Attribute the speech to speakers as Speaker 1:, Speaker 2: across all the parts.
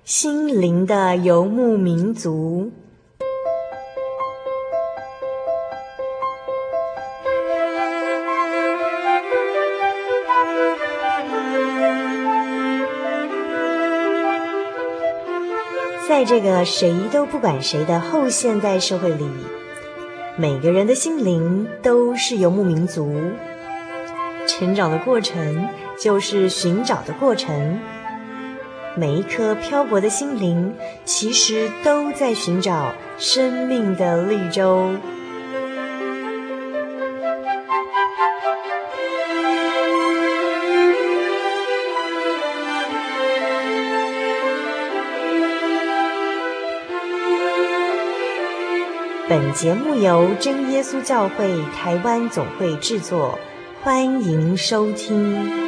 Speaker 1: 心灵的游牧民族。在这个谁都不管谁的后现代社会里，每个人的心灵都是游牧民族。成长的过程就是寻找的过程，每一颗漂泊的心灵其实都在寻找生命的绿洲。本节目由真耶稣教会台湾总会制作，欢迎收听。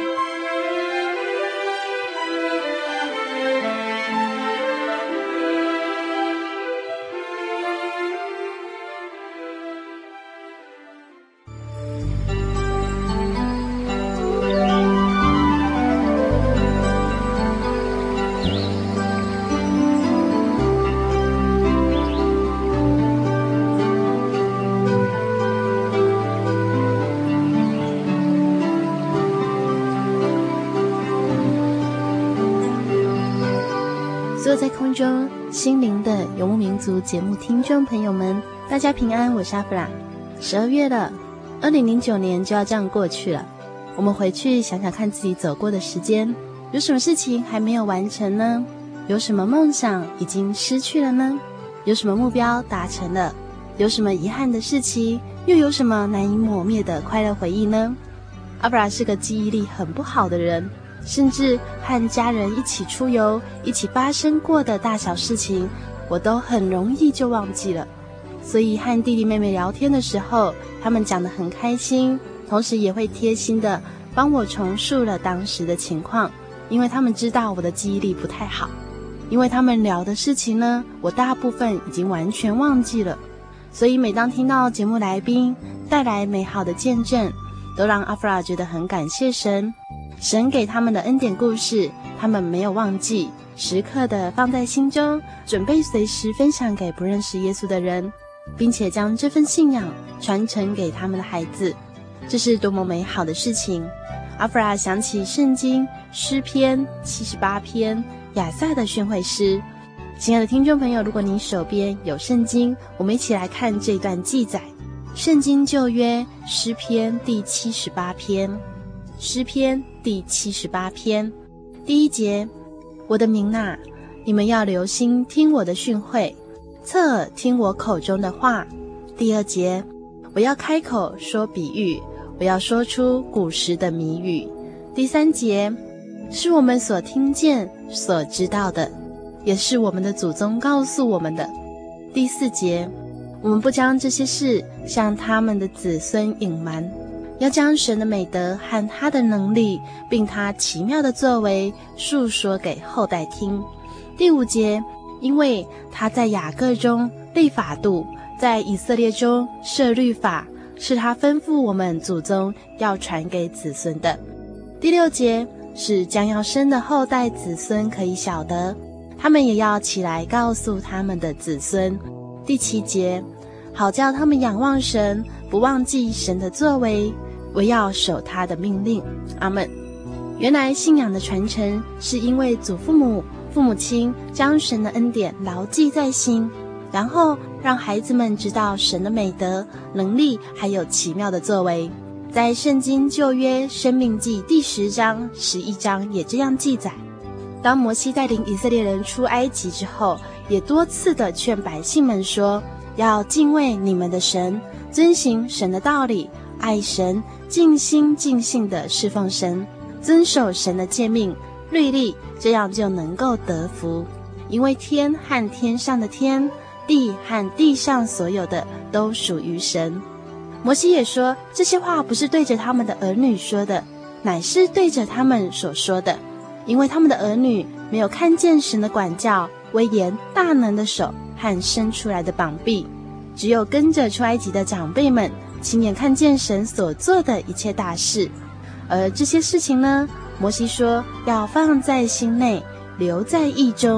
Speaker 2: 坐在空中心灵的游牧民族节目听众朋友们，大家平安，我是阿弗拉。12月了，2009年就要这样过去了。我们回去想想看自己走过的时间，有什么事情还没有完成呢？有什么梦想已经失去了呢？有什么目标达成了？有什么遗憾的事情？又有什么难以抹灭的快乐回忆呢？阿弗拉是个记忆力很不好的人，甚至和家人一起出游，一起发生过的大小事情，我都很容易就忘记了。所以和弟弟妹妹聊天的时候，他们讲得很开心，同时也会贴心的帮我重述了当时的情况，因为他们知道我的记忆力不太好。因为他们聊的事情呢，我大部分已经完全忘记了。所以每当听到节目来宾带来美好的见证，都让阿弗拉觉得很感谢神。神给他们的恩典故事，他们没有忘记，时刻的放在心中，准备随时分享给不认识耶稣的人，并且将这份信仰传承给他们的孩子。这是多么美好的事情。阿弗拉想起圣经诗篇78篇亚萨的训诲诗。亲爱的听众朋友，如果你手边有圣经，我们一起来看这段记载。圣经旧约诗篇第78篇，诗篇第78篇第1节，我的民哪，你们要留心听我的训诲，侧耳听我口中的话。第2节，我要开口说比喻，我要说出古时的谜语。第3节，是我们所听见所知道的，也是我们的祖宗告诉我们的。第4节，我们不将这些事向他们的子孙隐瞒，要将神的美德和他的能力，并他奇妙的作为述说给后代听。第5节，因为他在雅各中立法度，在以色列中设律法，是他吩咐我们祖宗要传给子孙的。第6节，是将要生的后代子孙可以晓得，他们也要起来告诉他们的子孙。第7节，好叫他们仰望神，不忘记神的作为，唯要守他的命令。阿们。原来信仰的传承是因为祖父母、父母亲将神的恩典牢记在心，然后让孩子们知道神的美德、能力还有奇妙的作为。在圣经旧约申命记第10章、11章也这样记载。当摩西带领以色列人出埃及之后，也多次的劝百姓们说，要敬畏你们的神，遵行神的道理，爱神，尽心尽性的侍奉神，遵守神的诫命律例，这样就能够得福。因为天和天上的天，地和地上所有的都属于神。摩西也说，这些话不是对着他们的儿女说的，乃是对着他们所说的，因为他们的儿女没有看见神的管教、威严、大能的手和伸出来的膀臂，只有跟着出埃及的长辈们亲眼看见神所做的一切大事。而这些事情呢，摩西说要放在心内，留在意中，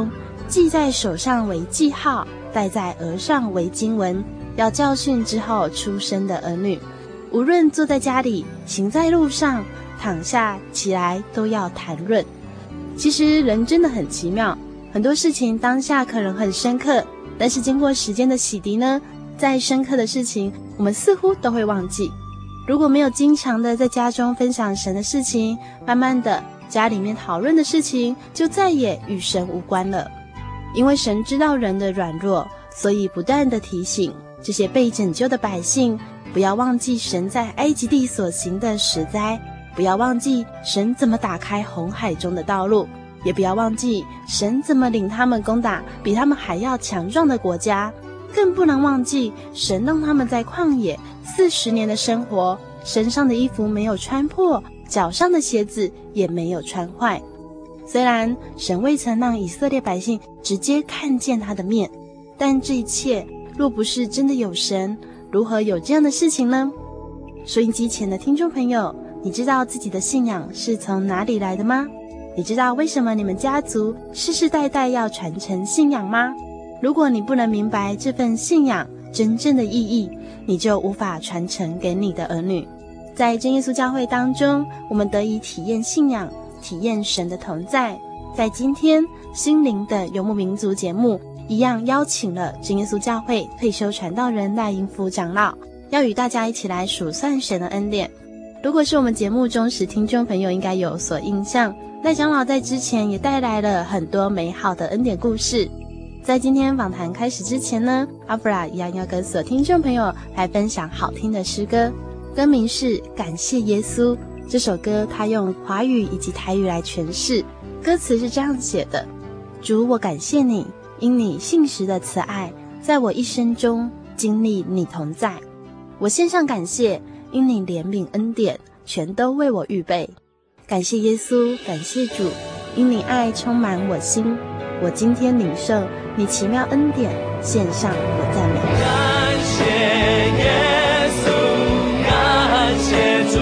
Speaker 2: 系在手上为记号，戴在额上为经文，要教训之后出生的儿女。无论坐在家里，行在路上，躺下起来，都要谈论。其实人真的很奇妙，很多事情当下可能很深刻，但是经过时间的洗涤呢，再深刻的事情我们似乎都会忘记。如果没有经常的在家中分享神的事情，慢慢的家里面讨论的事情就再也与神无关了。因为神知道人的软弱，所以不断的提醒这些被拯救的百姓，不要忘记神在埃及地所行的十灾，不要忘记神怎么打开红海中的道路，也不要忘记神怎么领他们攻打比他们还要强壮的国家，更不能忘记神让他们在旷野40年的生活，身上的衣服没有穿破，脚上的鞋子也没有穿坏。虽然神未曾让以色列百姓直接看见他的面，但这一切若不是真的有神，如何有这样的事情呢？收音机前的听众朋友，你知道自己的信仰是从哪里来的吗？你知道为什么你们家族世世代代要传承信仰吗？如果你不能明白这份信仰真正的意义，你就无法传承给你的儿女。在真耶稣教会当中，我们得以体验信仰，体验神的同在。在今天心灵的游牧民族节目，一样邀请了真耶稣教会退休传道人赖英福长老，要与大家一起来数算神的恩典。如果是我们节目忠实听众朋友，应该有所印象，赖长老在之前也带来了很多美好的恩典故事。在今天访谈开始之前呢，阿弗拉一样要跟所有听众朋友来分享好听的诗歌，歌名是《感谢耶稣》。这首歌他用华语以及台语来诠释，歌词是这样写的：主，我感谢你，因你信实的慈爱，在我一生中经历你同在。我献上感谢，因你怜悯恩典全都为我预备。感谢耶稣，感谢主，因你爱充满我心。我今天领受你奇妙恩典，献上我赞美。
Speaker 3: 感谢耶稣，感谢主，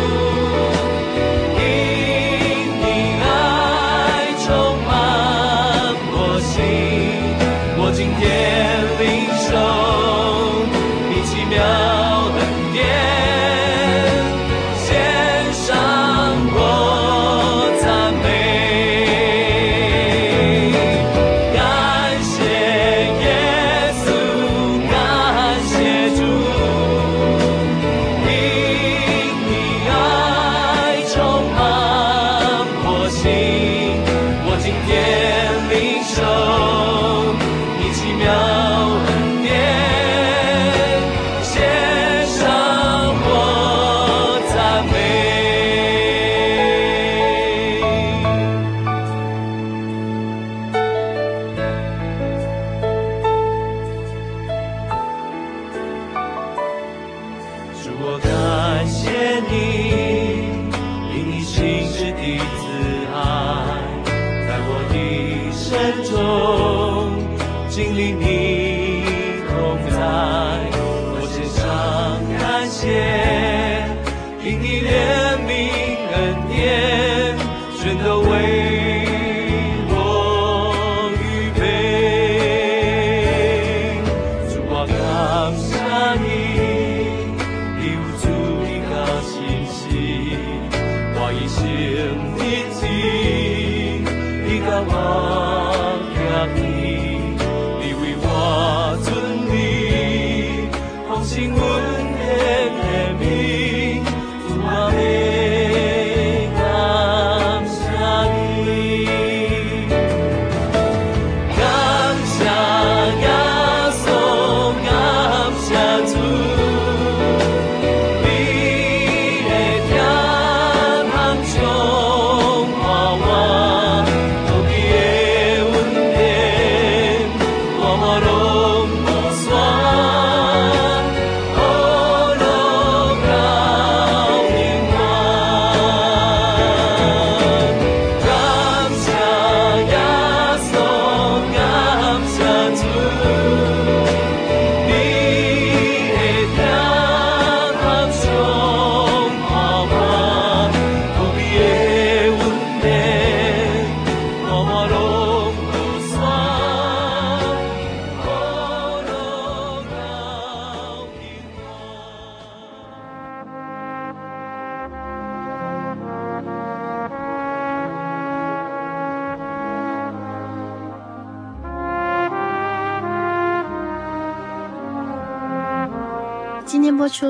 Speaker 3: 因你爱充满我心。我今天领受你奇妙恩典，献上我赞美。你为我
Speaker 2: 今天播出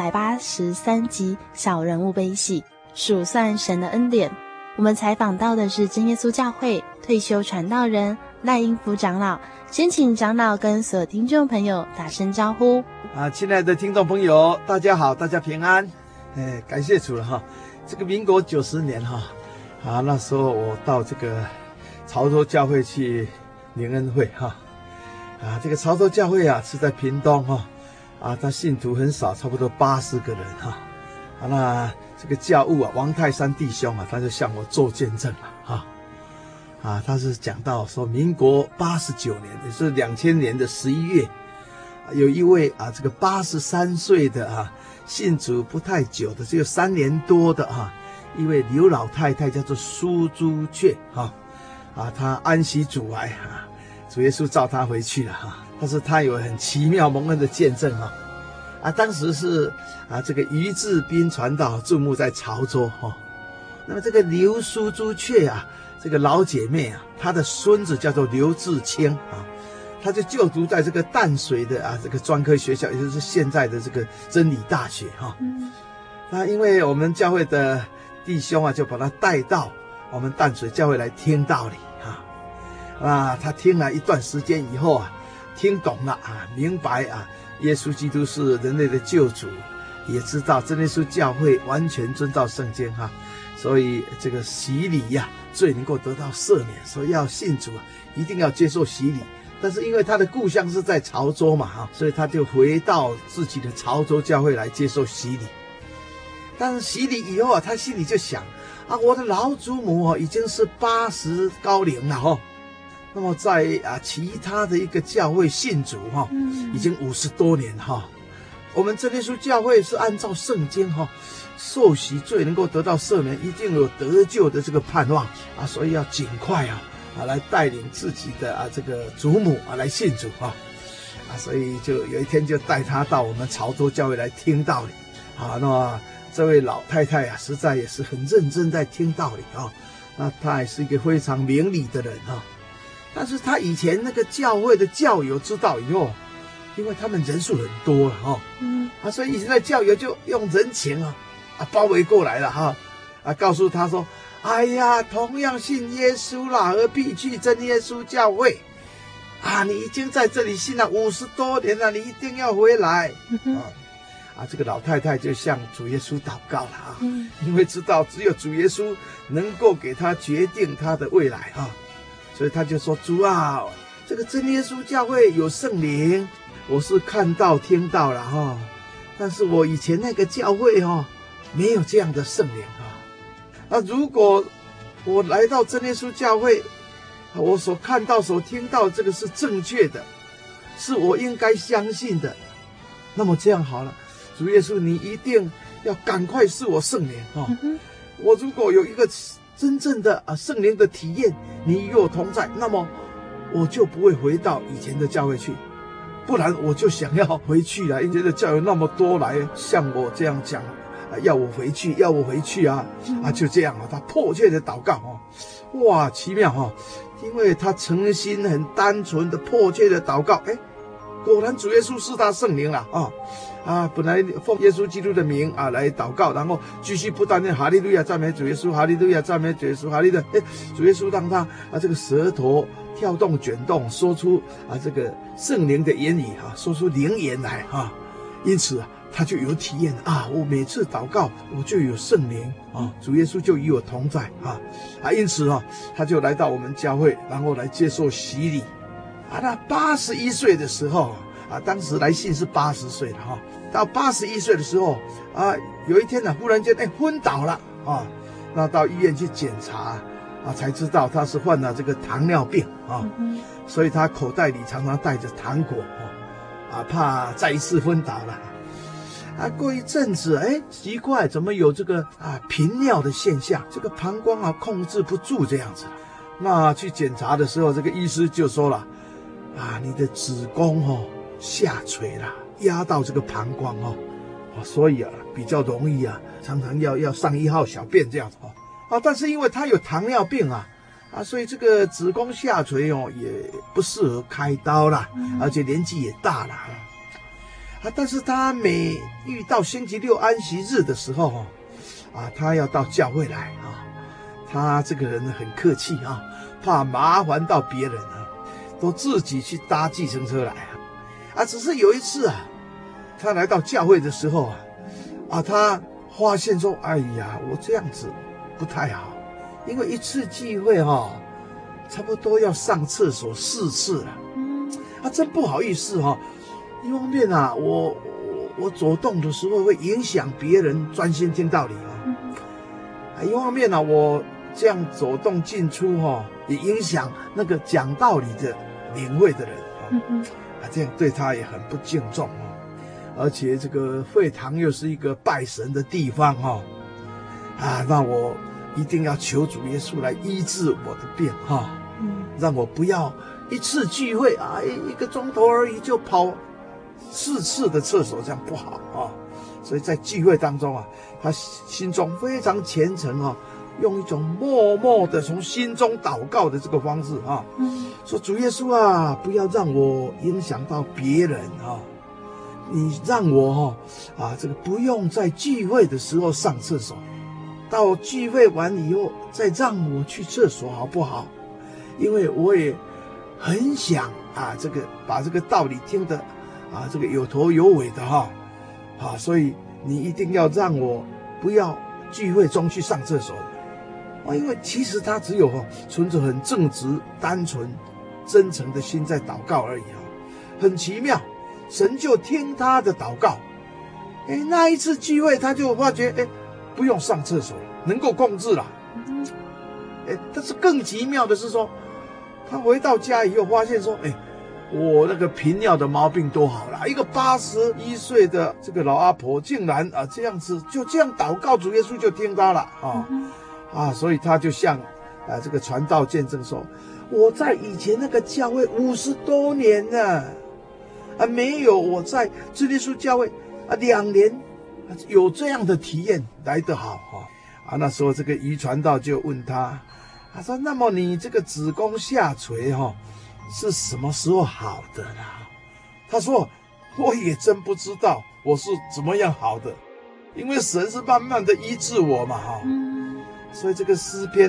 Speaker 2: 683集《小人物悲喜》，数算神的恩典。我们采访到的是真耶稣教会退休传道人赖英福长老，先请长老跟所有听众朋友打声招呼。
Speaker 4: 亲爱的听众朋友，大家好，大家平安。感谢主了哈。这个民国90年哈，那时候我到这个潮州教会去领恩会哈。这个潮州教会是在屏东哈。他信徒很少，差不多80个人哈。那这个教务王泰山弟兄他就向我做见证了哈。他是讲到说，民国89年，也是2000年的11月，有一位这个83岁的信主不太久的，只有3年多的一位刘老太太，叫做苏朱雀她安息主怀主耶稣召她回去了但是她有很奇妙蒙恩的见证当时是这个于志斌传道注目在潮州那么这个刘苏朱雀这个老姐妹她的孙子叫做刘志清他就就读在这个淡水的这个专科学校，也就是现在的这个真理大学那因为我们教会的弟兄就把他带到我们淡水教会来听道理他听了一段时间以后听懂了明白耶稣基督是人类的救主，也知道真耶稣教会完全遵照圣经所以这个洗礼罪能够得到赦免，所以要信主一定要接受洗礼。但是因为他的故乡是在潮州嘛所以他就回到自己的潮州教会来接受洗礼。但是洗礼以后他心里就想我的老祖母已经是80高龄了那么在其他的一个教会信主已经50多年我们真耶稣教会是按照圣经受洗罪能够得到赦免，一定有得救的这个盼望所以要尽快来带领自己的这个祖母来信主所以就有一天就带他到我们潮州教会来听道理那么这位老太太实在也是很认真在听道理那她也是一个非常明理的人但是她以前那个教会的教友知道以后，因为他们人数很多了所以以前的教友就用人情包围过来了告诉他说，哎呀，同样信耶稣啦，何必去真耶稣教会你已经在这里信了50多年了，你一定要回来这个老太太就向主耶稣祷告了因为知道只有主耶稣能够给他决定他的未来所以他就说，主这个真耶稣教会有圣灵，我是看到听到了但是我以前那个教会没有这样的圣灵如果我来到真耶稣教会，我所看到所听到这个是正确的，是我应该相信的，那么这样好了，主耶稣你一定要赶快赐我圣灵我如果有一个真正的圣灵的体验，你与我同在，那么我就不会回到以前的教会去，不然我就想要回去了。因为教友那么多来向我这样讲要我回去要我回去就这样他迫切的祷告哇，奇妙因为他诚心很单纯的迫切的祷告果然主耶稣是他圣灵了本来奉耶稣基督的名来祷告，然后继续不断的哈利路亚赞美主耶稣，哈利路亚赞美主耶稣，哈利路亚主耶稣让他这个舌头跳动卷动，说出这个圣灵的言语说出灵言来因此他就有体验我每次祷告我就有圣灵主耶稣就与我同在因此他就来到我们教会，然后来接受洗礼他81岁的时候当时来信是80岁了到81岁的时候有一天忽然间昏倒了那到医院去检查才知道他是患了这个糖尿病所以他口袋里常常带着糖果怕再一次昏倒了过一阵子奇怪，怎么有这个频尿的现象，这个膀胱控制不住这样子。那去检查的时候，这个医师就说了你的子宫下垂了，压到这个膀胱所以比较容易常常要上1号小便这样子但是因为他有糖尿病所以这个子宫下垂也不适合开刀啦而且年纪也大了但是他每遇到星期六安息日的时候他要到教会来他这个人很客气怕麻烦到别人都自己去搭计程车来只是有一次他来到教会的时候他发现说，哎呀，我这样子不太好，因为一次聚会差不多要上厕所4次了，真不好意思一方面我走动的时候会影响别人专心听道理一方面我这样走动进出也影响那个讲道理的领会的人这样对他也很不敬重而且这个会堂又是一个拜神的地方那我一定要求主耶稣来医治我的病让我不要一次聚会1个钟头而已就跑4次的厕所，这样不好所以在聚会当中他心中非常虔诚用一种默默的从心中祷告的这个方式说主耶稣不要让我影响到别人你让我这个不用在聚会的时候上厕所，到聚会完以后再让我去厕所好不好？因为我也很想这个把这个道理听得这个有头有尾的所以你一定要让我不要聚会中去上厕所因为其实他只有存着很正直、单纯、真诚的心在祷告而已很奇妙，神就听他的祷告。那一次聚会他就发觉不用上厕所了，能够控制了。但是更奇妙的是说，他回到家以后发现说，我那个频尿的毛病都好了。一个81岁的这个老阿婆竟然这样子就这样祷告，主耶稣就听他了所以他就向这个传道见证说，我在以前那个教会50多年了没有我在至理书教会2年有这样的体验来得好那时候这个于传道就问他说，那么你这个子宫下垂是什么时候好的啦？他说，我也真不知道我是怎么样好的，因为神是慢慢的医治我嘛所以这个诗篇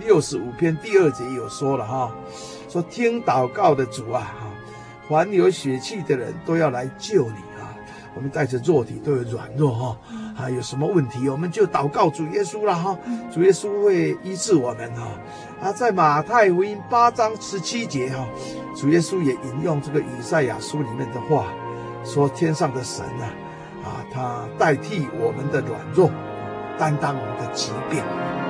Speaker 4: 65篇第2节有说了说听祷告的主凡有血气的人都要来救你我们带着肉体都有软弱有什么问题我们就祷告主耶稣了主耶稣会医治我们在马太福音8章17节主耶稣也引用这个以赛亚书里面的话，说天上的神他代替我们的软弱，担当我们的疾病。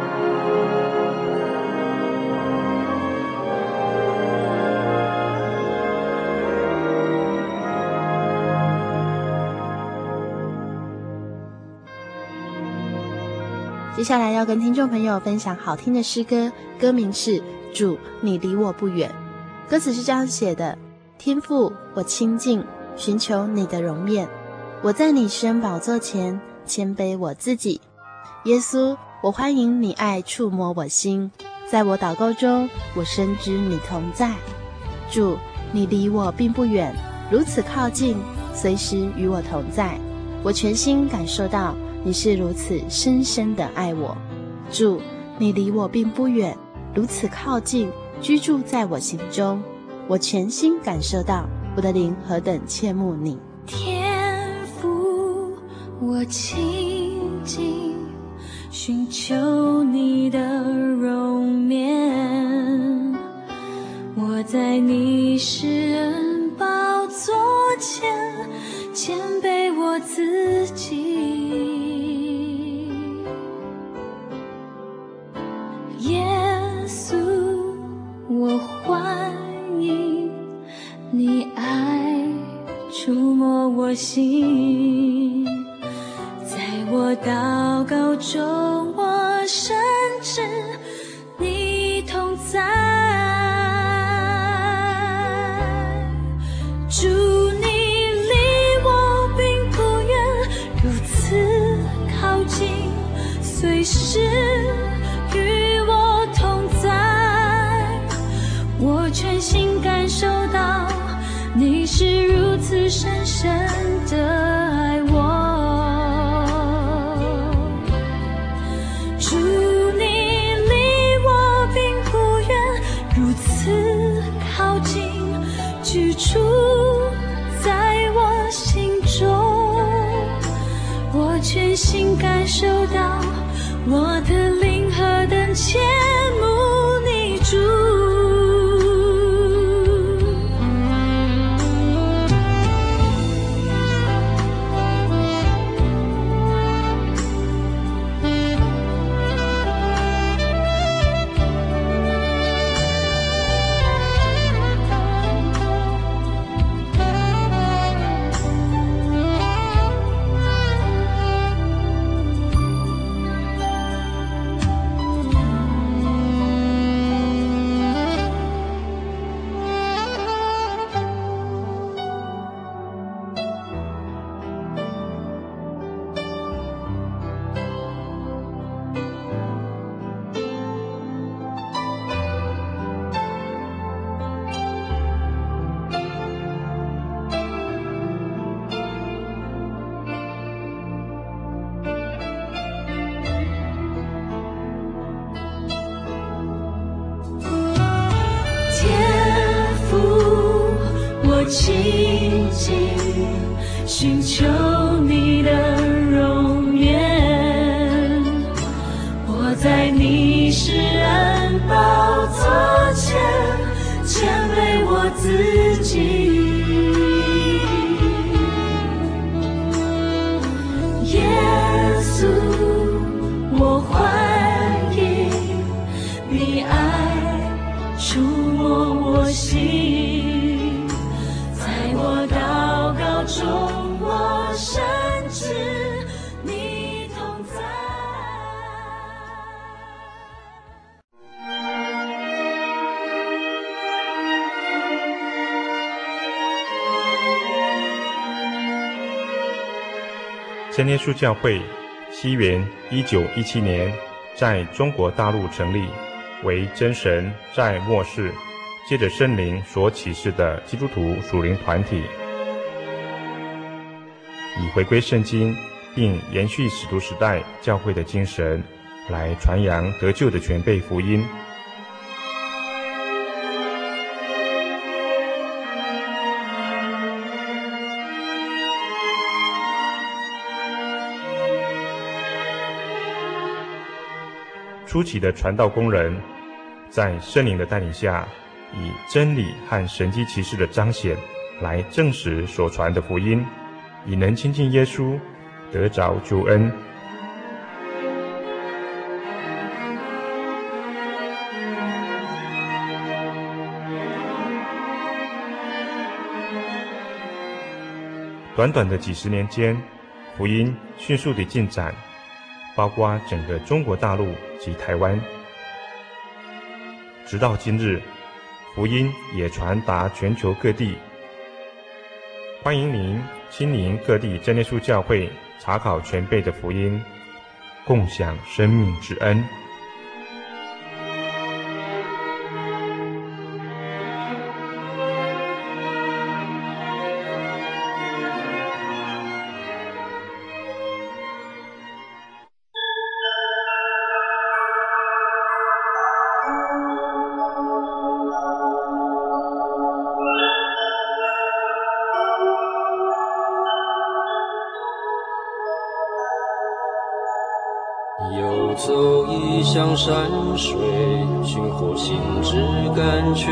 Speaker 2: 接下来要跟听众朋友分享好听的诗歌，歌名是《主，你离我不远》。歌词是这样写的：天父，我亲近，寻求你的容面，我在你施恩宝座前谦卑我自己。耶稣，我欢迎你爱触摸我心，在我祷告中，我深知你同在。主，你离我并不远，如此靠近，随时与我同在。我全心感受到你是如此深深的爱我。主，你离我并不远，如此靠近，居住在我心中。我全心感受到我的灵何等切慕你。
Speaker 5: 天父，我亲近，寻求你的容面，我在你施恩宝座前谦卑我自己。耶稣，我欢迎你爱触摸我心，在我祷告中，我深知你同在。主，你离我并不远，如此靠近，随时与我同在。我全心感受到你是如此深深的爱我，主你离我并不远，如此靠近，居住在我心中，我全心感受到我的灵何等羡慕你主。亲近寻求你的容颜，我在你施恩宝座前谦卑我自己。耶稣，我欢迎你爱触摸我心，我祷告中，我深知你同在。
Speaker 6: 真耶稣教会西元1917年在中国大陆成立，为真神在末世借着圣灵所启示的基督徒属灵团体，以回归圣经并延续使徒时代教会的精神，来传扬得救的全备福音。初期的传道工人在圣灵的带领下，以真理和神迹奇事的彰显来证实所传的福音，以能亲近耶稣，得着救恩。短短的几十年间，福音迅速地进展，包括整个中国大陆及台湾。直到今日，福音也传达全球各地。欢迎您亲临各地真耶稣教会，查考全备的福音，共享生命之恩。
Speaker 7: 游走异乡山水，寻获心之甘泉，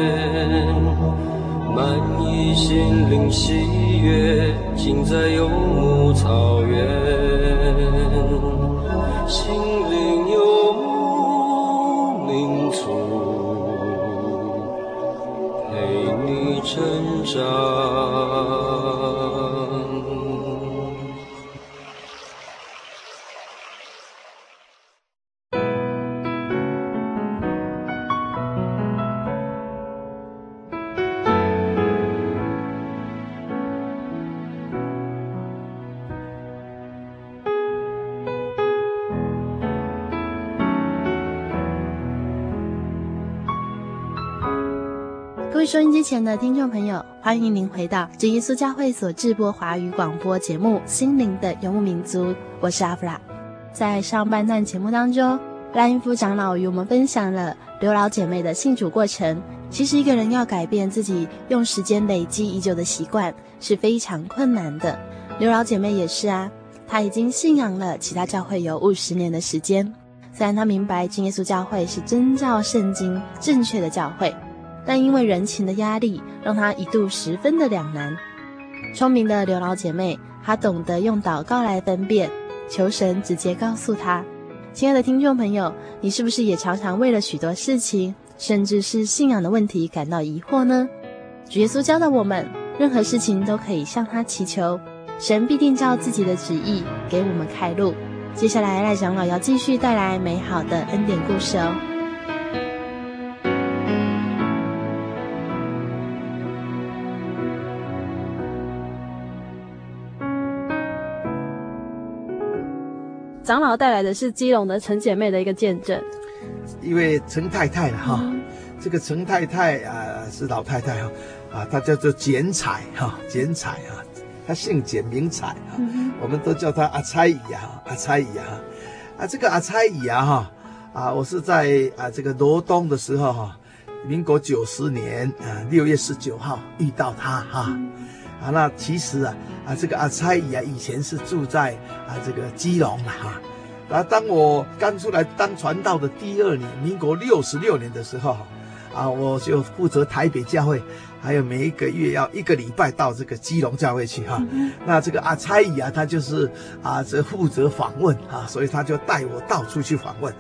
Speaker 7: 满溢心灵喜悦，尽在游牧草原。心灵游牧民族，陪你成长。
Speaker 2: 各位收音机前的听众朋友，欢迎您回到真耶稣教会所制播华语广播节目《心灵的游牧民族》，我是阿弗拉。在上半段节目当中，赖英夫长老与我们分享了刘老姐妹的信主过程。其实一个人要改变自己用时间累积已久的习惯是非常困难的。刘老姐妹也是啊，她已经信仰了其他教会有50年的时间。虽然她明白真耶稣教会是遵照圣经正确的教会，但因为人情的压力，让她一度十分的两难。聪明的刘老姐妹，她懂得用祷告来分辨，求神直接告诉她。亲爱的听众朋友，你是不是也常常为了许多事情，甚至是信仰的问题感到疑惑呢？主耶稣教导我们，任何事情都可以向他祈求，神必定照自己的旨意给我们开路。接下来赖长老要继续带来美好的恩典故事哦。
Speaker 8: 长老带来的是基隆的陈姐妹的一个见证。
Speaker 4: 因为陈太太了哈，这个陈太太是老太太她叫做简彩简彩她姓简名彩我们都叫她阿猜姨阿猜姨这个阿猜姨我是在这个罗东的时候民国90年6月19号遇到她那其实这个阿猜姨以前是住在这个基隆然后当我刚出来当传道的第2年，民国66年的时候我就负责台北教会，还有每一个月要1个礼拜到这个基隆教会去那这个阿猜姨他就是这负责访问所以他就带我到处去访问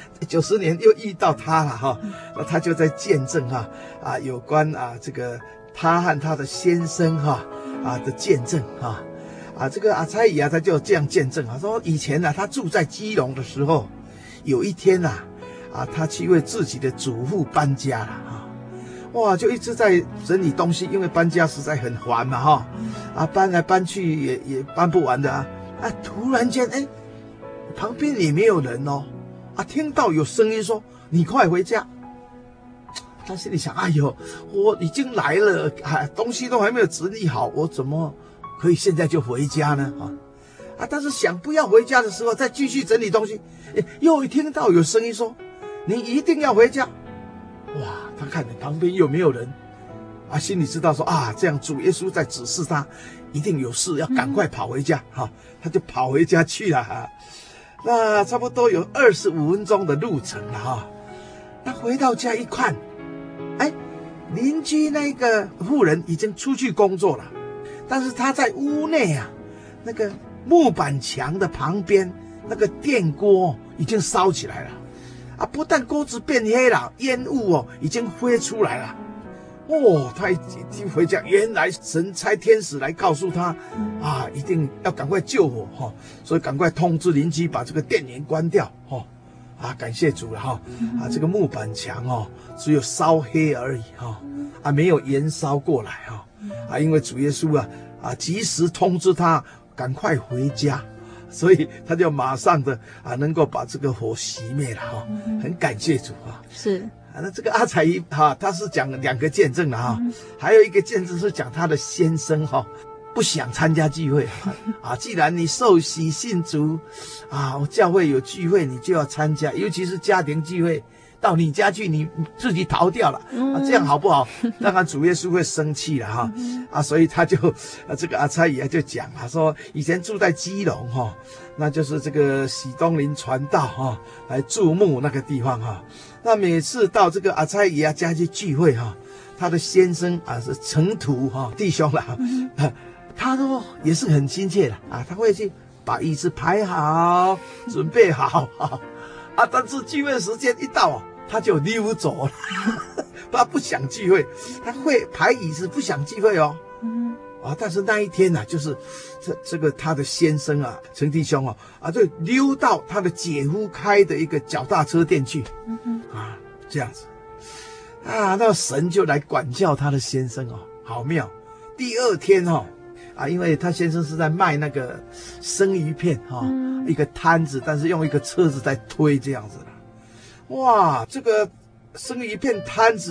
Speaker 4: 90年又遇到他了那他就在见证有关这个他和他的先生的见证这个阿猜姨他就这样见证说以前他住在基隆的时候，有一天他去为自己的祖父搬家了哇，就一直在整理东西，因为搬家实在很烦嘛搬来搬去也搬不完的突然间旁边也没有人听到有声音说你快回家。他心里想哎呦，我已经来了东西都还没有整理好，我怎么可以现在就回家呢但是想不要回家的时候，再继续整理东西，又听到有声音说你一定要回家。哇，他看着旁边又没有人心里知道说这样主耶稣在指示他一定有事，要赶快跑回家他就跑回家去了那差不多有25分钟的路程了那回到家一看，邻居那个妇人已经出去工作了，但是他在屋内那个木板墙的旁边那个电锅已经烧起来了不但锅子变黑了，烟雾已经飞出来了他一回家，原来神差天使来告诉他一定要赶快救火所以赶快通知邻居把这个电源关掉感谢主了这个木板墙只有烧黑而已没有燃烧过来因为主耶稣及时通知他赶快回家，所以他就马上的能够把这个火熄灭了很感谢主
Speaker 8: 是
Speaker 4: 那这个阿才姨他是讲2个见证了还有一个见证是讲他的先生不想参加聚会既然你受洗信主教会有聚会你就要参加，尤其是家庭聚会，到你家去你自己逃掉了这样好不好？当然主耶稣会生气了所以他就这个阿猜姨就讲说以前住在基隆那就是这个喜东林传道来注目那个地方那每次到这个阿猜姨家去聚会他的先生是成徒弟兄了他都也是很亲切的他会去把椅子排好准备好但是聚会时间一到他就溜走了他不想聚会，他会排椅子不想聚会但是那一天就是这个他的先生陈弟兄就溜到他的姐夫开的一个脚踏车店去这样子那神就来管教他的先生好妙。第2天因为他先生是在卖那个生鱼片一个摊子，但是用一个车子在推这样子的哇，这个生鱼片摊子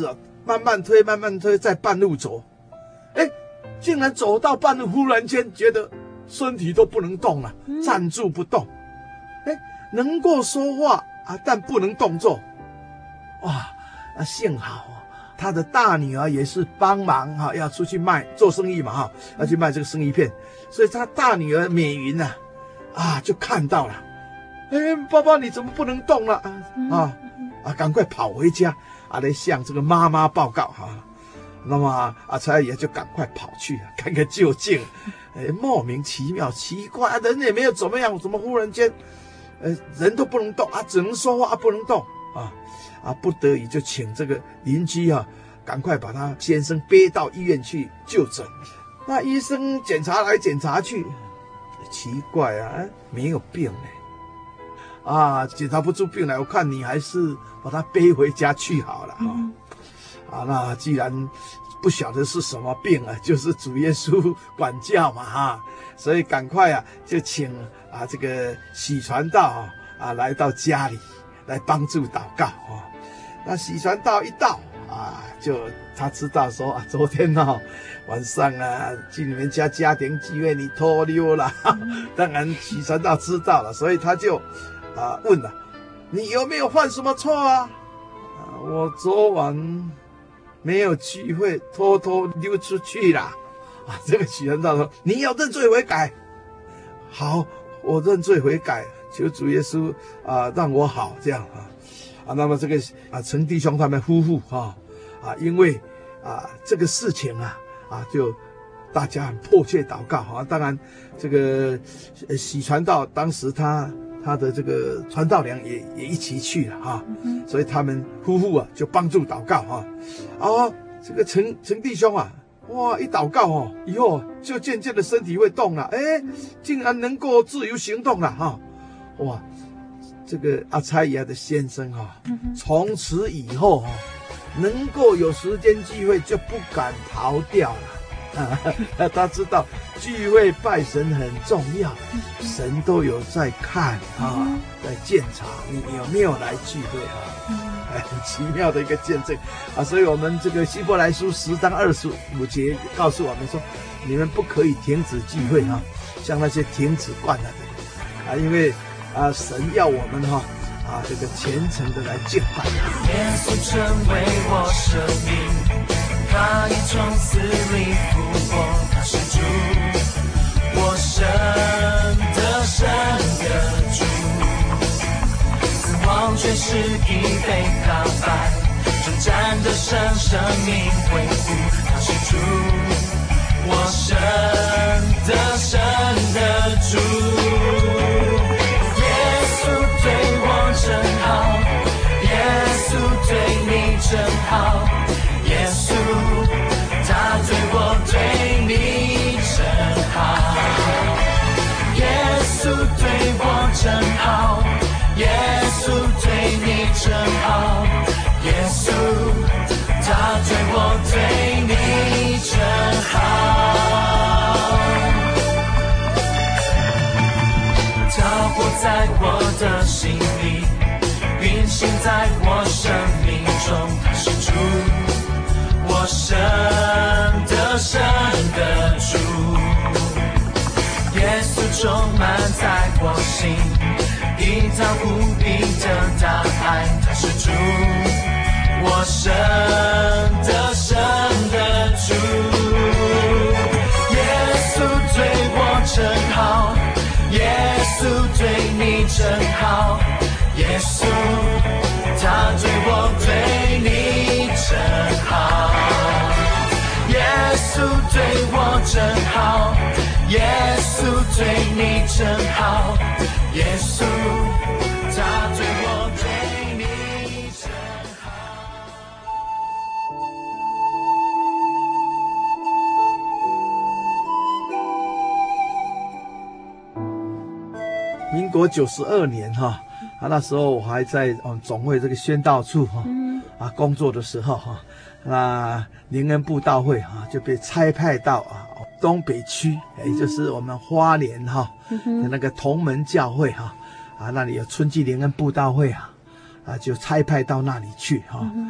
Speaker 4: 慢慢推，慢慢推，在半路走，竟然走到半路，忽然间觉得身体都不能动了，站住不动。能够说话啊，但不能动作。哇，幸好他的大女儿也是帮忙要出去做生意嘛要去卖这个生意片，所以他大女儿美云就看到了，爸爸你怎么不能动了赶快跑回家来向这个妈妈报告那么阿才也就赶快跑去看个究竟。莫名其妙，奇怪，人也没有怎么样，怎么忽然间人都不能动只能说话不能动不得已就请这个邻居赶快把他先生背到医院去就诊。那医生检查来检查去，奇怪没有病检查不出病来，我看你还是把他背回家去好了那既然不晓得是什么病就是主耶稣管教嘛所以赶快就请这个许传道来到家里来帮助祷告那许传道一到就他知道说昨天晚上去你们家庭聚会你偷溜了当然许传道知道了，所以他就问了，你有没有犯什么错我昨晚没有聚会，偷偷溜出去了这个许传道说，你要认罪悔改。好，我认罪悔改，求主耶稣让我好这样那么这个陈弟兄他们夫妇因为这个事情就大家很迫切祷告当然这个许传道当时他的这个传道娘也一起去了所以他们夫妇就帮助祷告这个陈弟兄哇一祷告以后就渐渐的身体会动了，竟然能够自由行动了哇，这个阿差爷的先生从此以后能够有时间聚会就不敢逃掉了他知道聚会拜神很重要，神都有在看在监察你有没有来聚会很奇妙的一个见证所以我们这个希伯来书10章25节告诉我们说，你们不可以停止聚会像那些停止惯了的因为神要我们这个虔诚的来敬拜他。
Speaker 3: 耶稣成为我生命，他已从死里复活，他是主，我生的主，死亡却是已被打败，征战的生命恢复，他是主，我生的主。耶稣对我真好，耶稣对你真好，耶稣他对我对你真好，耶稣对我真好，耶稣对你真好，耶稣他对我对你真好，他活在我的心里，运行在我生命中，他是主，我生的主，耶稣充满在我心，一套无比的大爱，他是主，我生的主，耶稣对我真好，耶稣对你真好，耶稣他对我对你真好，耶稣对我真好，耶稣对你真好，耶稣他对我对你真好。
Speaker 4: 民国92年那时候我还在总会这个宣道处工作的时候那灵恩布道会就被差派到东北区，也就是我们花莲的那个同门教会那里有春季灵恩布道会就差派到那里去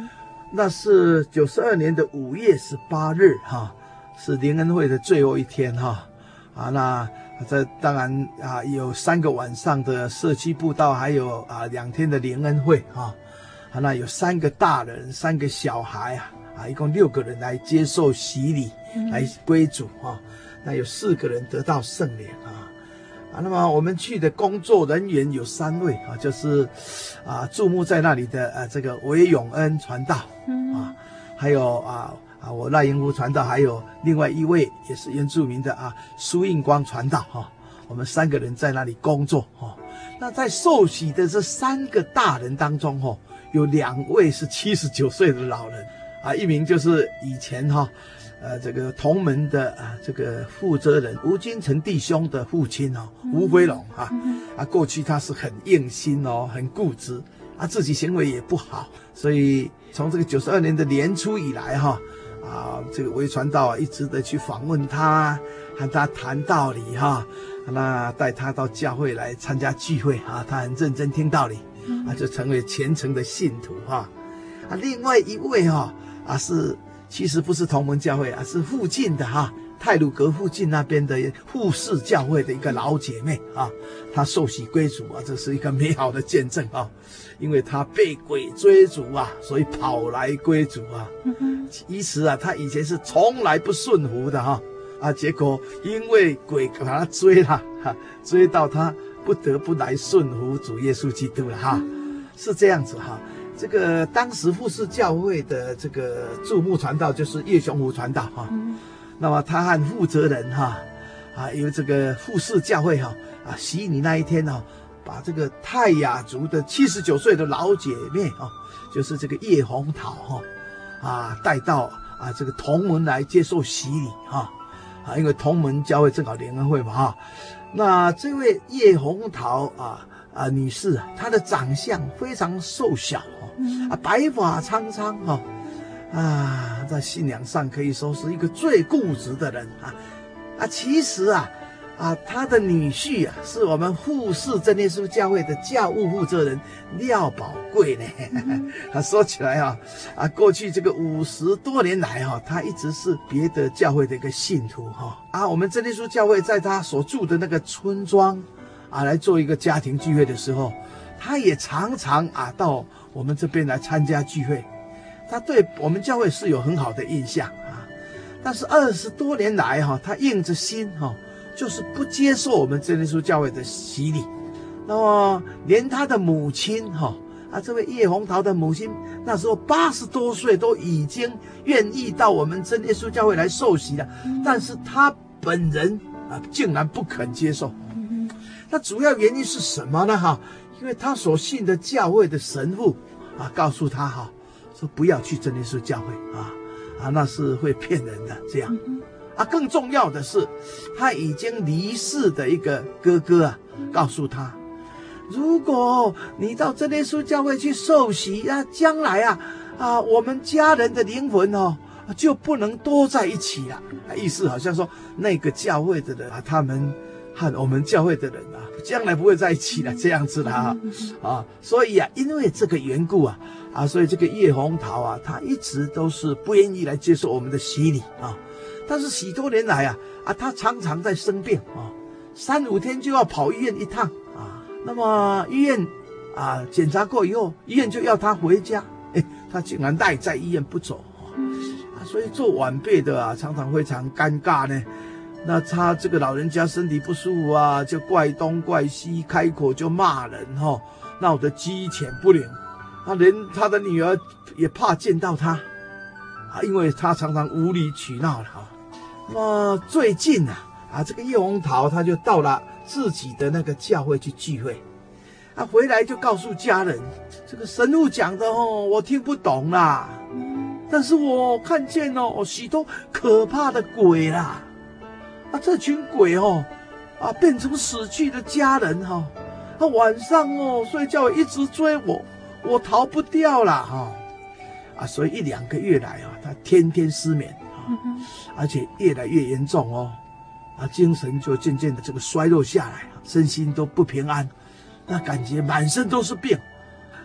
Speaker 4: 那是92年的5月18日哈，是灵恩会的最后一天哈。那这当然有3个晚上的社区布道，还有2天的灵恩会哈。那有3个大人，3个小孩一共6个人来接受洗礼，来归主哈。那有4个人得到圣灵那么我们去的工作人员有3位就是驻牧在那里的这个韦永恩传道还有我赖英福传道，还有另外一位也是原住民的苏应光传道我们3个人在那里工作那在受洗的这3个大人当中有2位是79岁的老人一名就是以前这个同门的这个负责人吴金城弟兄的父亲吴辉龙过去他是很硬心很固执自己行为也不好，所以从这个92年的年初以来这个韦传道一直的去访问他，和他谈道理那带他到教会来参加聚会他很认真听道理就成为虔诚的信徒另外一位是其实不是同门教会是附近的太鲁阁附近那边的富士教会的一个老姐妹她受洗归主这是一个美好的见证因为她被鬼追逐所以跑来归主其实她以前是从来不顺服的结果因为鬼把她追了追到她不得不来顺服主耶稣基督了是这样子这个当时富士教会的这个驻牧传道就是叶雄福传道那么他和负责人由这个富士教会洗礼那一天把这个泰雅族的79岁的老姐妹就是这个叶红桃带到这个同门来接受洗礼因为同门教会正好联恩会嘛那这位叶红桃女士她的长相非常瘦小白发苍苍在信仰上可以说是一个最固执的人其实他的女婿是我们富士真耶稣教会的教务负责人廖宝贵呢说起来过去这个50多年来他一直是别的教会的一个信徒我们真耶稣教会在他所住的那个村庄来做一个家庭聚会的时候，他也常常到我们这边来参加聚会，他对我们教会是有很好的印象但是20多年来他硬着心就是不接受我们真耶稣教会的洗礼。那么连他的母亲这位叶红桃的母亲那时候80多岁都已经愿意到我们真耶稣教会来受洗了，但是他本人竟然不肯接受。那主要原因是什么呢因为他所信的教会的神父告诉他说不要去真耶稣教会那是会骗人的这样更重要的是他已经离世的一个哥哥告诉他，如果你到真耶稣教会去受洗将来我们家人的灵魂就不能多在一起了意思好像说那个教会的人他们和我们教会的人将来不会在一起了这样子的所以因为这个缘故所以这个叶红桃他一直都是不愿意来接受我们的洗礼但是许多年来他常常在生病3、5天就要跑医院一趟那么医院检查过以后，医院就要他回家，他竟然赖在医院不走所以做晚辈的常常非常尴尬呢。那他这个老人家身体不舒服就怪东怪西，开口就骂人闹得鸡犬不宁连他的女儿也怕见到他因为他常常无理取闹了那么最近这个叶红桃他就到了自己的那个教会去聚会回来就告诉家人，这个神父讲的我听不懂啦，但是我看见许多可怕的鬼啦这群鬼变成死去的家人晚上睡觉一直追我逃不掉了所以1、2个月来他天天失眠而且越来越严重精神就渐渐的这个衰弱下来，身心都不平安，那感觉满身都是病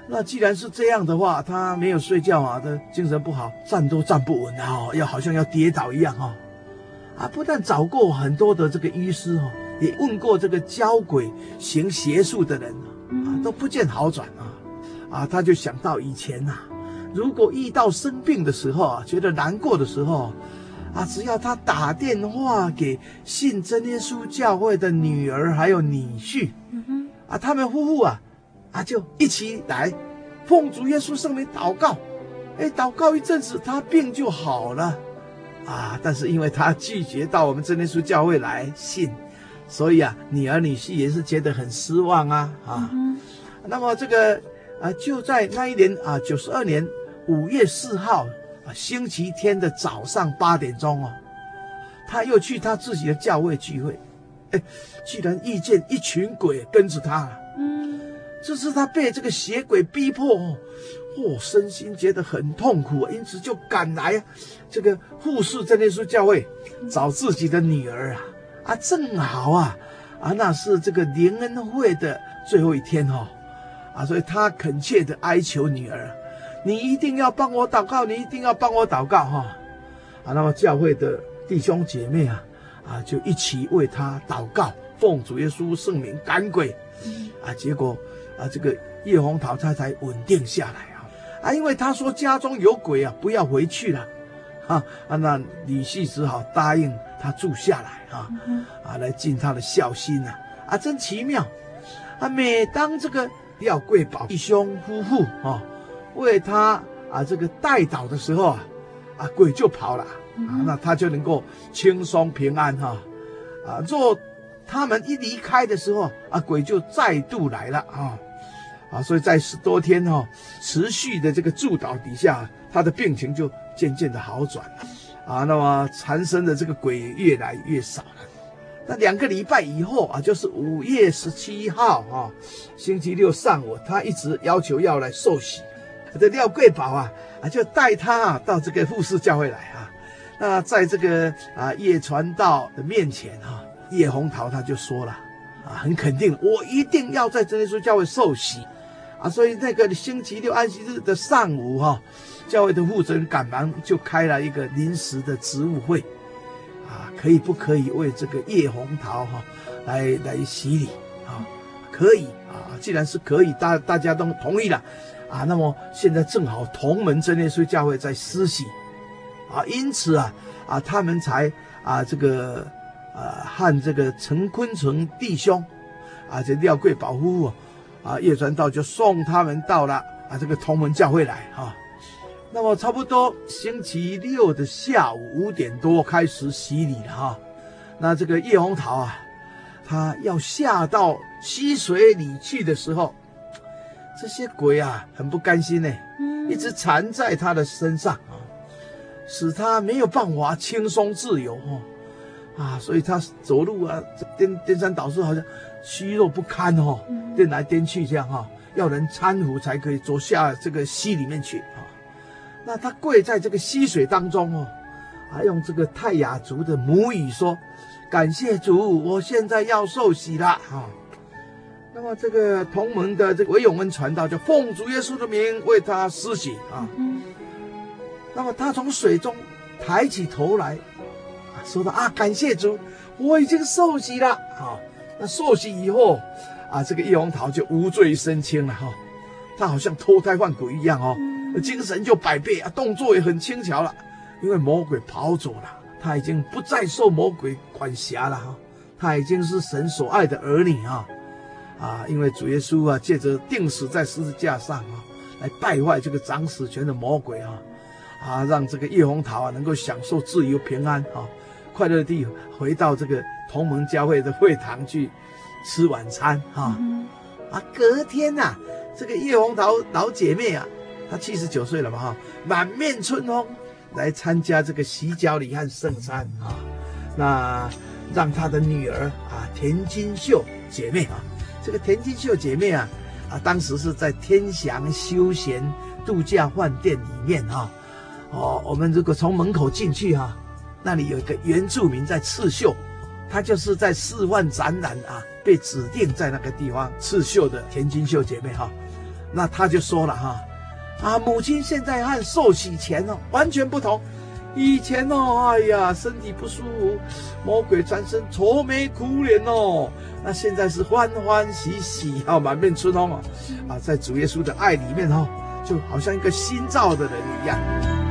Speaker 4: 那既然是这样的话，他没有睡觉啊，他精神不好，站都站不稳啊，好像要跌倒一样不但找过很多的这个医师也问过这个教鬼行邪术的人都不见好转他就想到以前如果遇到生病的时候觉得难过的时候只要他打电话给信真耶稣教会的女儿还有女婿他们夫妇就一起来奉主耶稣圣名祷告，祷告一阵子，他病就好了但是因为他拒绝到我们真耶稣教会来信，所以女儿女婿也是觉得很失望那么这个就在那一年92年5月4号星期天的早上8点钟他又去他自己的教会聚会，居然遇见一群鬼跟着他这是他被这个邪鬼逼迫身心觉得很痛苦因此就赶来这个富士真耶稣教会找自己的女儿正好那是这个灵恩会的最后一天所以他恳切的哀求女儿，你一定要帮我祷告，你一定要帮我祷告那么教会的弟兄姐妹就一起为他祷告，奉主耶稣圣名赶鬼结果这个叶红桃他才稳定下来因为他说家中有鬼不要回去了那女婿只好答应他住下来来尽他的孝心真奇妙每当这个廖贵宝弟兄夫妇为他这个代祷的时候鬼就跑了那他就能够轻松平安若他们一离开的时候鬼就再度来了所以在10多天持续的这个祝祷底下，他的病情就渐渐的好转了那么缠身的这个鬼越来越少了。那2个礼拜以后就是5月17号星期六上午，他一直要求要来受洗，这廖贵宝就带他到这个富士教会来那在这个叶传道的面前叶红桃他就说了很肯定，我一定要在真耶稣教会受洗所以那个星期六安息日的上午教会的负责人赶忙就开了一个临时的职务会可以不可以为这个叶红桃来洗礼可以既然是可以，大家都同意了那么现在正好同门真耶稣教会在施洗因此他们才这个和这个陈坤成弟兄这廖贵宝夫妇叶传道就送他们到了这个同门教会来那么差不多星期六的下午5点多开始洗礼了那这个叶红桃他要下到溪水里去的时候，这些鬼很不甘心一直缠在他的身上使他没有办法轻松自由所以他走路颠三倒四，好像虚弱不堪颠来颠去这样要人搀扶才可以走下这个溪里面去那他跪在这个溪水当中用这个泰雅族的母语说，感谢主，我现在要受洗了那么这个同门的这个韦永恩传道就奉主耶稣的名为他施洗那么他从水中抬起头来说道感谢主，我已经受洗了那受洗以后这个叶红桃就无罪身轻了他好像脱胎换骨一样精神就百倍动作也很轻巧了，因为魔鬼跑走了，他已经不再受魔鬼管辖了他已经是神所爱的儿女因为主耶稣借着钉死在十字架上来败坏这个掌死权的魔鬼让这个叶红桃能够享受自由平安快乐地回到这个同门教会的会堂去吃晚餐隔天这个叶红桃老姐妹她79岁了嘛满面春风来参加这个洗脚礼和圣餐那让她的女儿田金秀姐妹这个田金秀姐妹当时是在天祥休闲度假饭店里面我们如果从门口进去那里有一个原住民在刺绣，他就是在示范展览被指定在那个地方刺绣的田金秀姐妹那他就说了母亲现在和受洗前完全不同。以前哎呀，身体不舒服，魔鬼缠身，愁眉苦脸那现在是欢欢喜喜满面春风在主耶稣的爱里面就好像一个新造的人一样。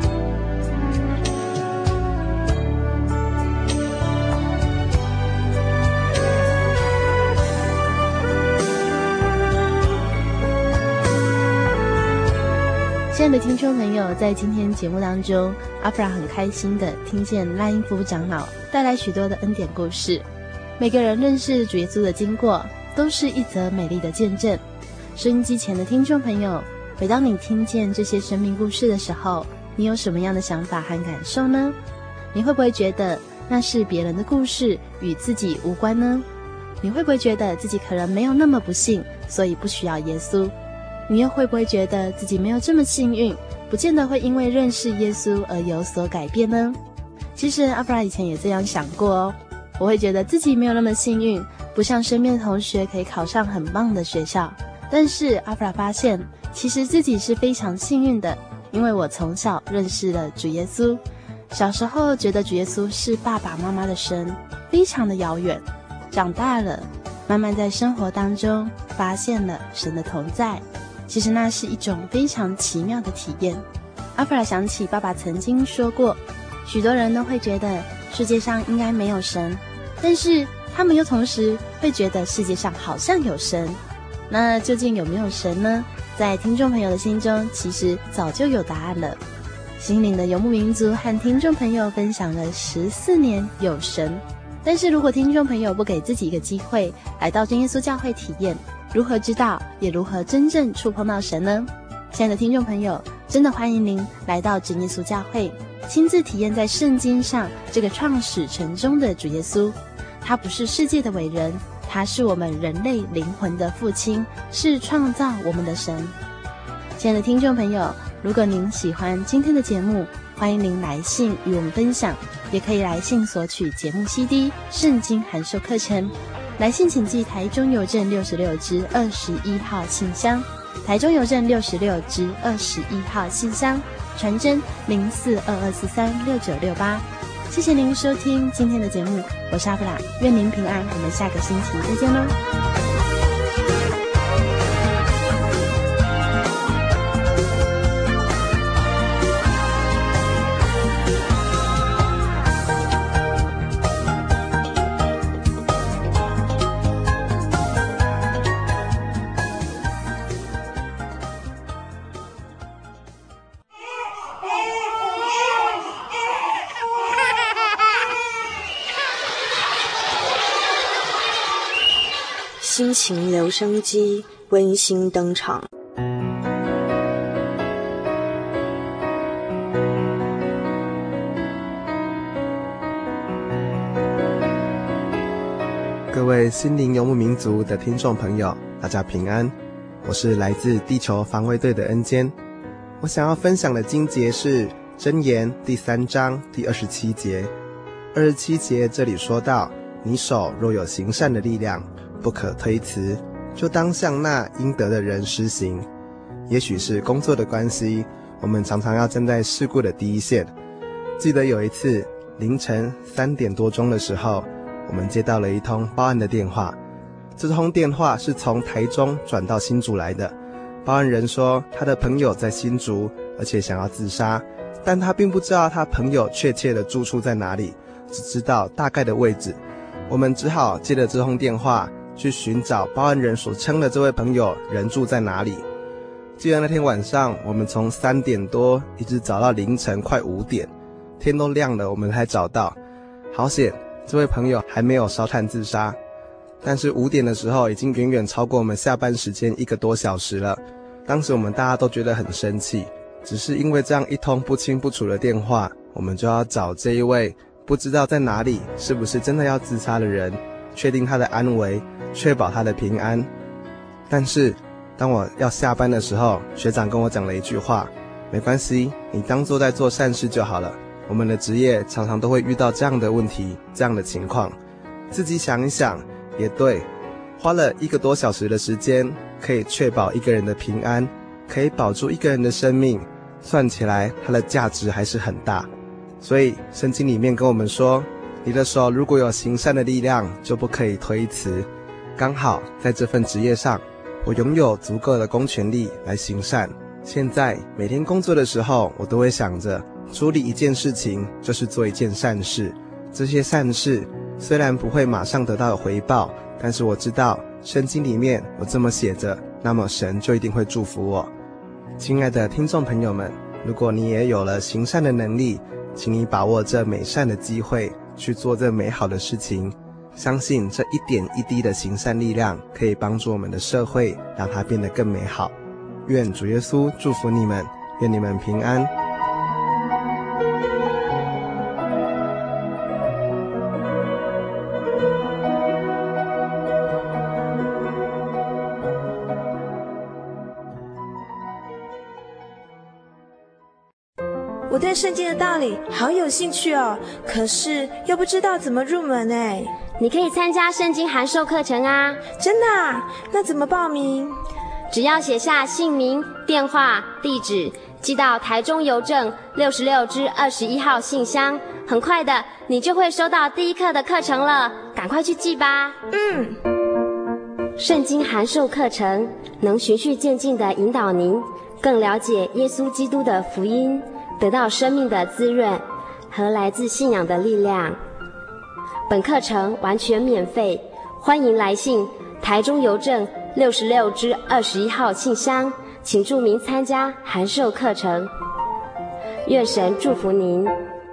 Speaker 2: 亲爱的听众朋友，在今天节目当中，阿弗拉很开心的听见赖因夫长老带来许多的恩典故事。每个人认识主耶稣的经过，都是一则美丽的见证。收音机前的听众朋友，每当你听见这些生命故事的时候，你有什么样的想法和感受呢？你会不会觉得那是别人的故事，与自己无关呢？你会不会觉得自己可能没有那么不幸，所以不需要耶稣？你又会不会觉得自己没有这么幸运，不见得会因为认识耶稣而有所改变呢？其实阿弗拉以前也这样想过我会觉得自己没有那么幸运，不像身边的同学可以考上很棒的学校。但是阿弗拉发现，其实自己是非常幸运的，因为我从小认识了主耶稣。小时候觉得主耶稣是爸爸妈妈的神，非常的遥远。长大了，慢慢在生活当中发现了神的同在。其实那是一种非常奇妙的体验。阿弗拉想起爸爸曾经说过，许多人都会觉得世界上应该没有神，但是他们又同时会觉得世界上好像有神。那究竟有没有神呢？在听众朋友的心中，其实早就有答案了。心灵的游牧民族和听众朋友分享了14年有神，但是如果听众朋友不给自己一个机会来到真耶稣教会体验，如何知道也如何真正触碰到神呢？亲爱的听众朋友，真的欢迎您来到真耶稣教会，亲自体验在圣经上这个创始成终的主耶稣。他不是世界的伟人，他是我们人类灵魂的父亲，是创造我们的神。亲爱的听众朋友，如果您喜欢今天的节目，欢迎您来信与我们分享，也可以来信索取节目 CD、圣经函授课程。来信请寄台中邮政66支21号信箱，台中邮政66支21号信箱，传真0422436968。谢谢您收听今天的节目，我是阿弗拉，愿您平安，我们下个星期再见喽。
Speaker 1: 心情留声机温馨登场。
Speaker 9: 各位心灵游牧民族的听众朋友，大家平安，我是来自地球防卫队的恩坚。我想要分享的经节是箴言第3章第27节。27节这里说到，你手若有行善的力量，不可推辞，就当向那应得的人施行。也许是工作的关系，我们常常要站在事故的第一线。记得有一次凌晨3点多钟的时候，我们接到了一通报案的电话。这通电话是从台中转到新竹来的。报案人说他的朋友在新竹，而且想要自杀，但他并不知道他朋友确切的住处在哪里，只知道大概的位置。我们只好接着这通电话去寻找报案人所称的这位朋友人住在哪里。记得那天晚上，我们从3点多一直找到凌晨快5点，天都亮了，我们才找到。好险，这位朋友还没有烧炭自杀。但是5点的时候，已经远远超过我们下班时间1个多小时了。当时我们大家都觉得很生气，只是因为这样一通不清不楚的电话，我们就要找这一位不知道在哪里，是不是真的要自杀的人，确定他的安危，确保他的平安。但是当我要下班的时候，学长跟我讲了一句话，没关系，你当作在做善事就好了。我们的职业常常都会遇到这样的问题，这样的情况，自己想一想也对， 花了1个多小时的时间，可以确保一个人的平安，可以保住一个人的生命，算起来它的价值还是很大。所以圣经里面跟我们说，你的手如果有行善的力量，就不可以推辞。刚好在这份职业上，我拥有足够的公权力来行善。现在每天工作的时候，我都会想着处理一件事情就是做一件善事。这些善事虽然不会马上得到回报，但是我知道圣经里面有这么写着，那么神就一定会祝福我。亲爱的听众朋友们，如果你也有了行善的能力，请你把握这美善的机会去做这美好的事情，相信这一点一滴的行善力量可以帮助我们的社会，让它变得更美好。愿主耶稣祝福你们，愿你们平安。
Speaker 10: 我对圣经的道理好有兴趣哦，可是又不知道怎么入门哎。
Speaker 11: 你可以参加圣经函授课程啊。
Speaker 10: 真的啊？那怎么报名？
Speaker 11: 只要写下姓名、电话、地址，寄到台中邮政66支21号信箱，很快的你就会收到第一课的课程了，赶快去寄吧。圣经函授课程能循序渐进地引导您更了解耶稣基督的福音，得到生命的滋润和来自信仰的力量。本课程完全免费，欢迎来信台中邮政66支21号信箱，请注明参加函授课程。愿神祝福您。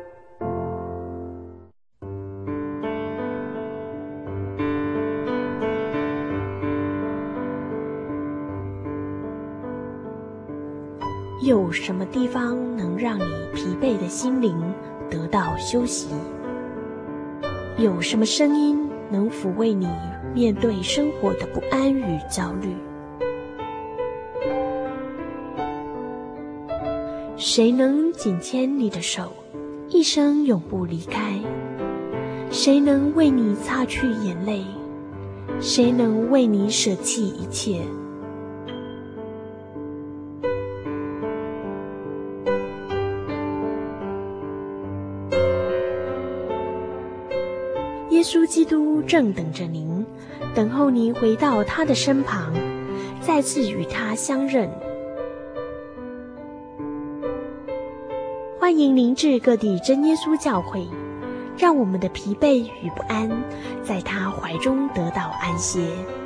Speaker 1: 有什么地方能让你疲惫的心灵得到休息？有什么声音能抚慰你面对生活的不安与焦虑？谁能紧牵你的手，一生永不离开？谁能为你擦去眼泪？谁能为你舍弃一切？耶稣基督正等着您，等候您回到他的身旁，再次与他相认。欢迎您至各地真耶稣教会，让我们的疲惫与不安在他怀中得到安歇。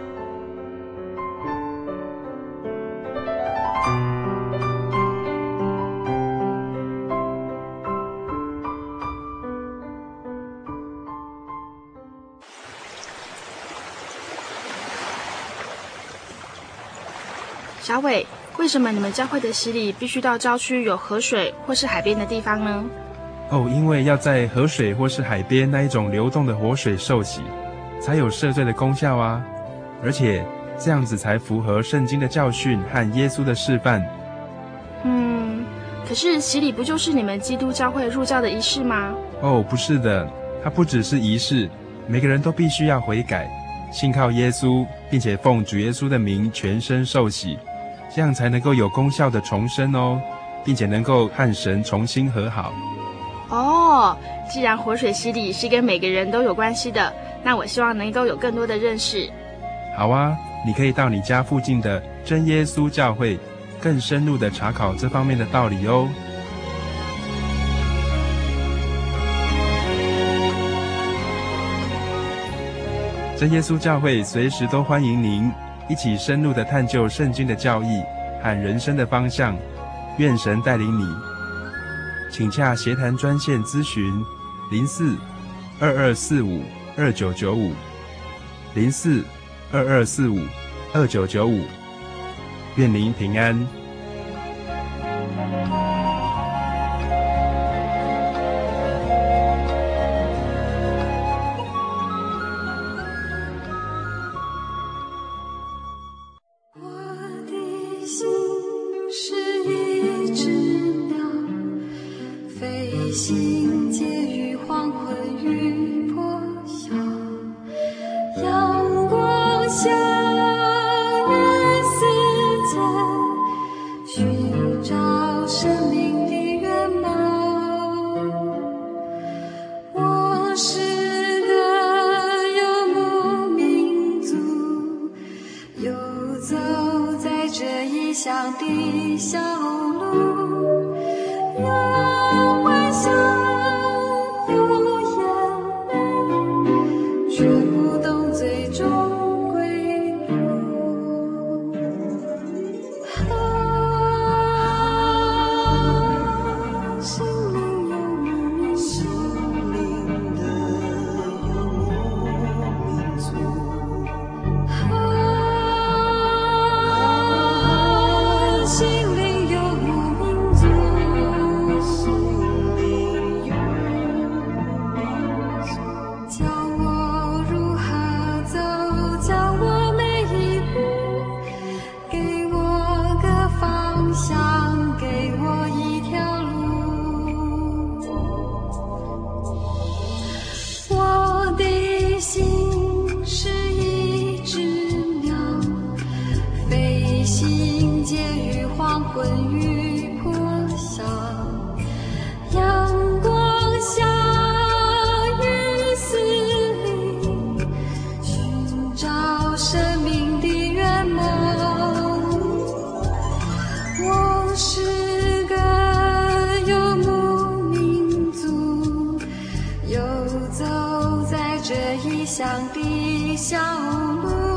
Speaker 12: 小伟，为什么你们教会的洗礼必须到郊区有河水或是海边的地方呢？
Speaker 13: 因为要在河水或是海边那一种流动的活水受洗，才有赦罪的功效啊。而且这样子才符合圣经的教训和耶稣的示范。
Speaker 12: 可是洗礼不就是你们基督教会入教的仪式吗？
Speaker 13: 不是的，它不只是仪式，每个人都必须要悔改，信靠耶稣，并且奉主耶稣的名全身受洗，这样才能够有功效的重生哦，并且能够和神重新和好。
Speaker 12: 既然活水洗礼是跟每个人都有关系的，那我希望能够有更多的认识。
Speaker 13: 好啊，你可以到你家附近的真耶稣教会，更深入的查考这方面的道理哦。真耶稣教会随时都欢迎您一起深入的探究圣经的教义和人生的方向，愿神带领你。请洽协谈专线咨询04-2245-2995 04-2245-2995。愿您平安。
Speaker 5: 阳光下乡的小路，有欢笑，有眼泪，却不懂最终归路。心灵游牧民族，心灵的游牧民族。心灵游牧民族，心灵游牧民族，教我如何走，教我每一步，给我个方向，给我一条路。我的心是一只鸟，飞行介于黄昏与破晓，阳光下雨丝里，寻找生命的圆梦。我是个游牧民族，游走在这异乡的小路。